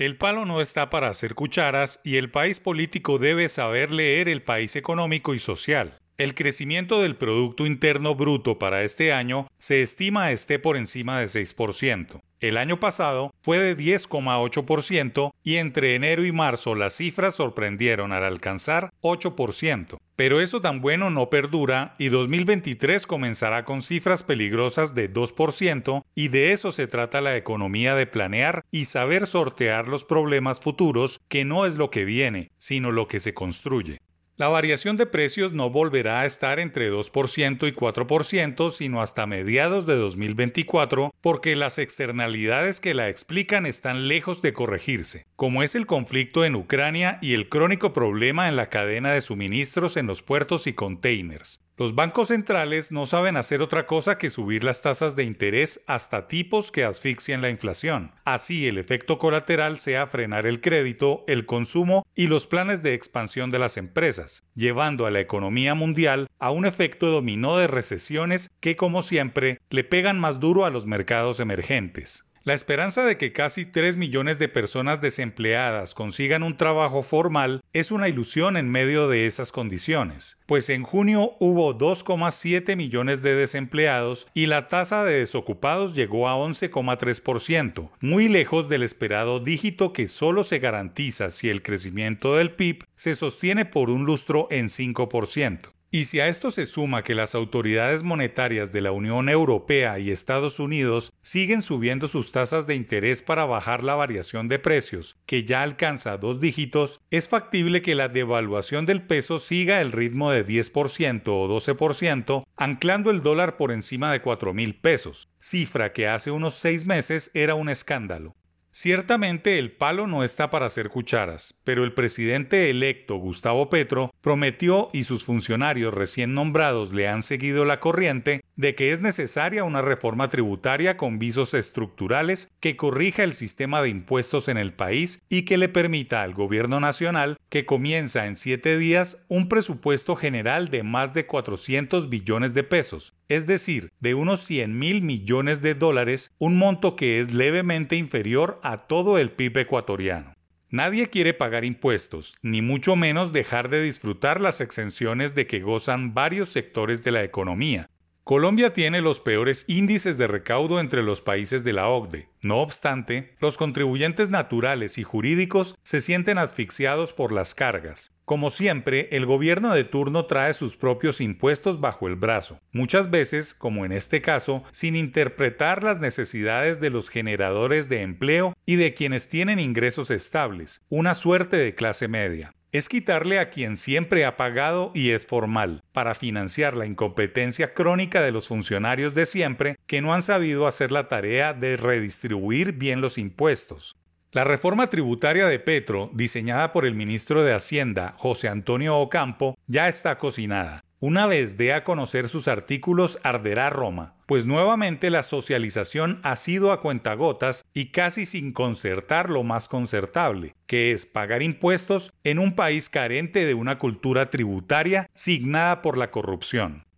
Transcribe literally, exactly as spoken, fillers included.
El palo no está para hacer cucharas y el país político debe saber leer el país económico y social. El crecimiento del Producto Interno Bruto para este año se estima esté por encima de seis por ciento. El año pasado fue de diez coma ocho por ciento y entre enero y marzo las cifras sorprendieron al alcanzar ocho por ciento. Pero eso tan bueno no perdura y dos mil veintitrés comenzará con cifras peligrosas de dos por ciento y de eso se trata la economía, de planear y saber sortear los problemas futuros, que no es lo que viene, sino lo que se construye. La variación de precios no volverá a estar entre dos por ciento y cuatro por ciento sino hasta mediados de dos mil veinticuatro, porque las externalidades que la explican están lejos de corregirse, como es el conflicto en Ucrania y el crónico problema en la cadena de suministros en los puertos y containers. Los bancos centrales no saben hacer otra cosa que subir las tasas de interés hasta tipos que asfixian la inflación. Así, el efecto colateral sea frenar el crédito, el consumo y los planes de expansión de las empresas, llevando a la economía mundial a un efecto dominó de recesiones que, como siempre, le pegan más duro a los mercados emergentes. La esperanza de que casi tres millones de personas desempleadas consigan un trabajo formal es una ilusión en medio de esas condiciones, pues en junio hubo dos coma siete millones de desempleados y la tasa de desocupados llegó a once coma tres por ciento, muy lejos del esperado dígito que solo se garantiza si el crecimiento del P I B se sostiene por un lustro en cinco por ciento. Y si a esto se suma que las autoridades monetarias de la Unión Europea y Estados Unidos siguen subiendo sus tasas de interés para bajar la variación de precios, que ya alcanza dos dígitos, es factible que la devaluación del peso siga el ritmo de diez por ciento o doce por ciento, anclando el dólar por encima de cuatro mil pesos, cifra que hace unos seis meses era un escándalo. Ciertamente el palo no está para hacer cucharas, pero el presidente electo Gustavo Petro prometió, y sus funcionarios recién nombrados le han seguido la corriente, de que es necesaria una reforma tributaria con visos estructurales que corrija el sistema de impuestos en el país y que le permita al gobierno nacional, que comienza en siete días, un presupuesto general de más de cuatrocientos billones de pesos, es decir, de unos cien mil millones de dólares, un monto que es levemente inferior a todo el P I B ecuatoriano. Nadie quiere pagar impuestos, ni mucho menos dejar de disfrutar las exenciones de que gozan varios sectores de la economía. Colombia tiene los peores índices de recaudo entre los países de la O C D E. No obstante, los contribuyentes naturales y jurídicos se sienten asfixiados por las cargas. Como siempre, el gobierno de turno trae sus propios impuestos bajo el brazo, muchas veces, como en este caso, sin interpretar las necesidades de los generadores de empleo y de quienes tienen ingresos estables, una suerte de clase media. Es quitarle a quien siempre ha pagado y es formal, para financiar la incompetencia crónica de los funcionarios de siempre que no han sabido hacer la tarea de redistribuir bien los impuestos. La reforma tributaria de Petro, diseñada por el ministro de Hacienda, José Antonio Ocampo, ya está cocinada. Una vez dé a conocer sus artículos, arderá Roma, pues nuevamente la socialización ha sido a cuentagotas y casi sin concertar lo más concertable, que es pagar impuestos en un país carente de una cultura tributaria signada por la corrupción.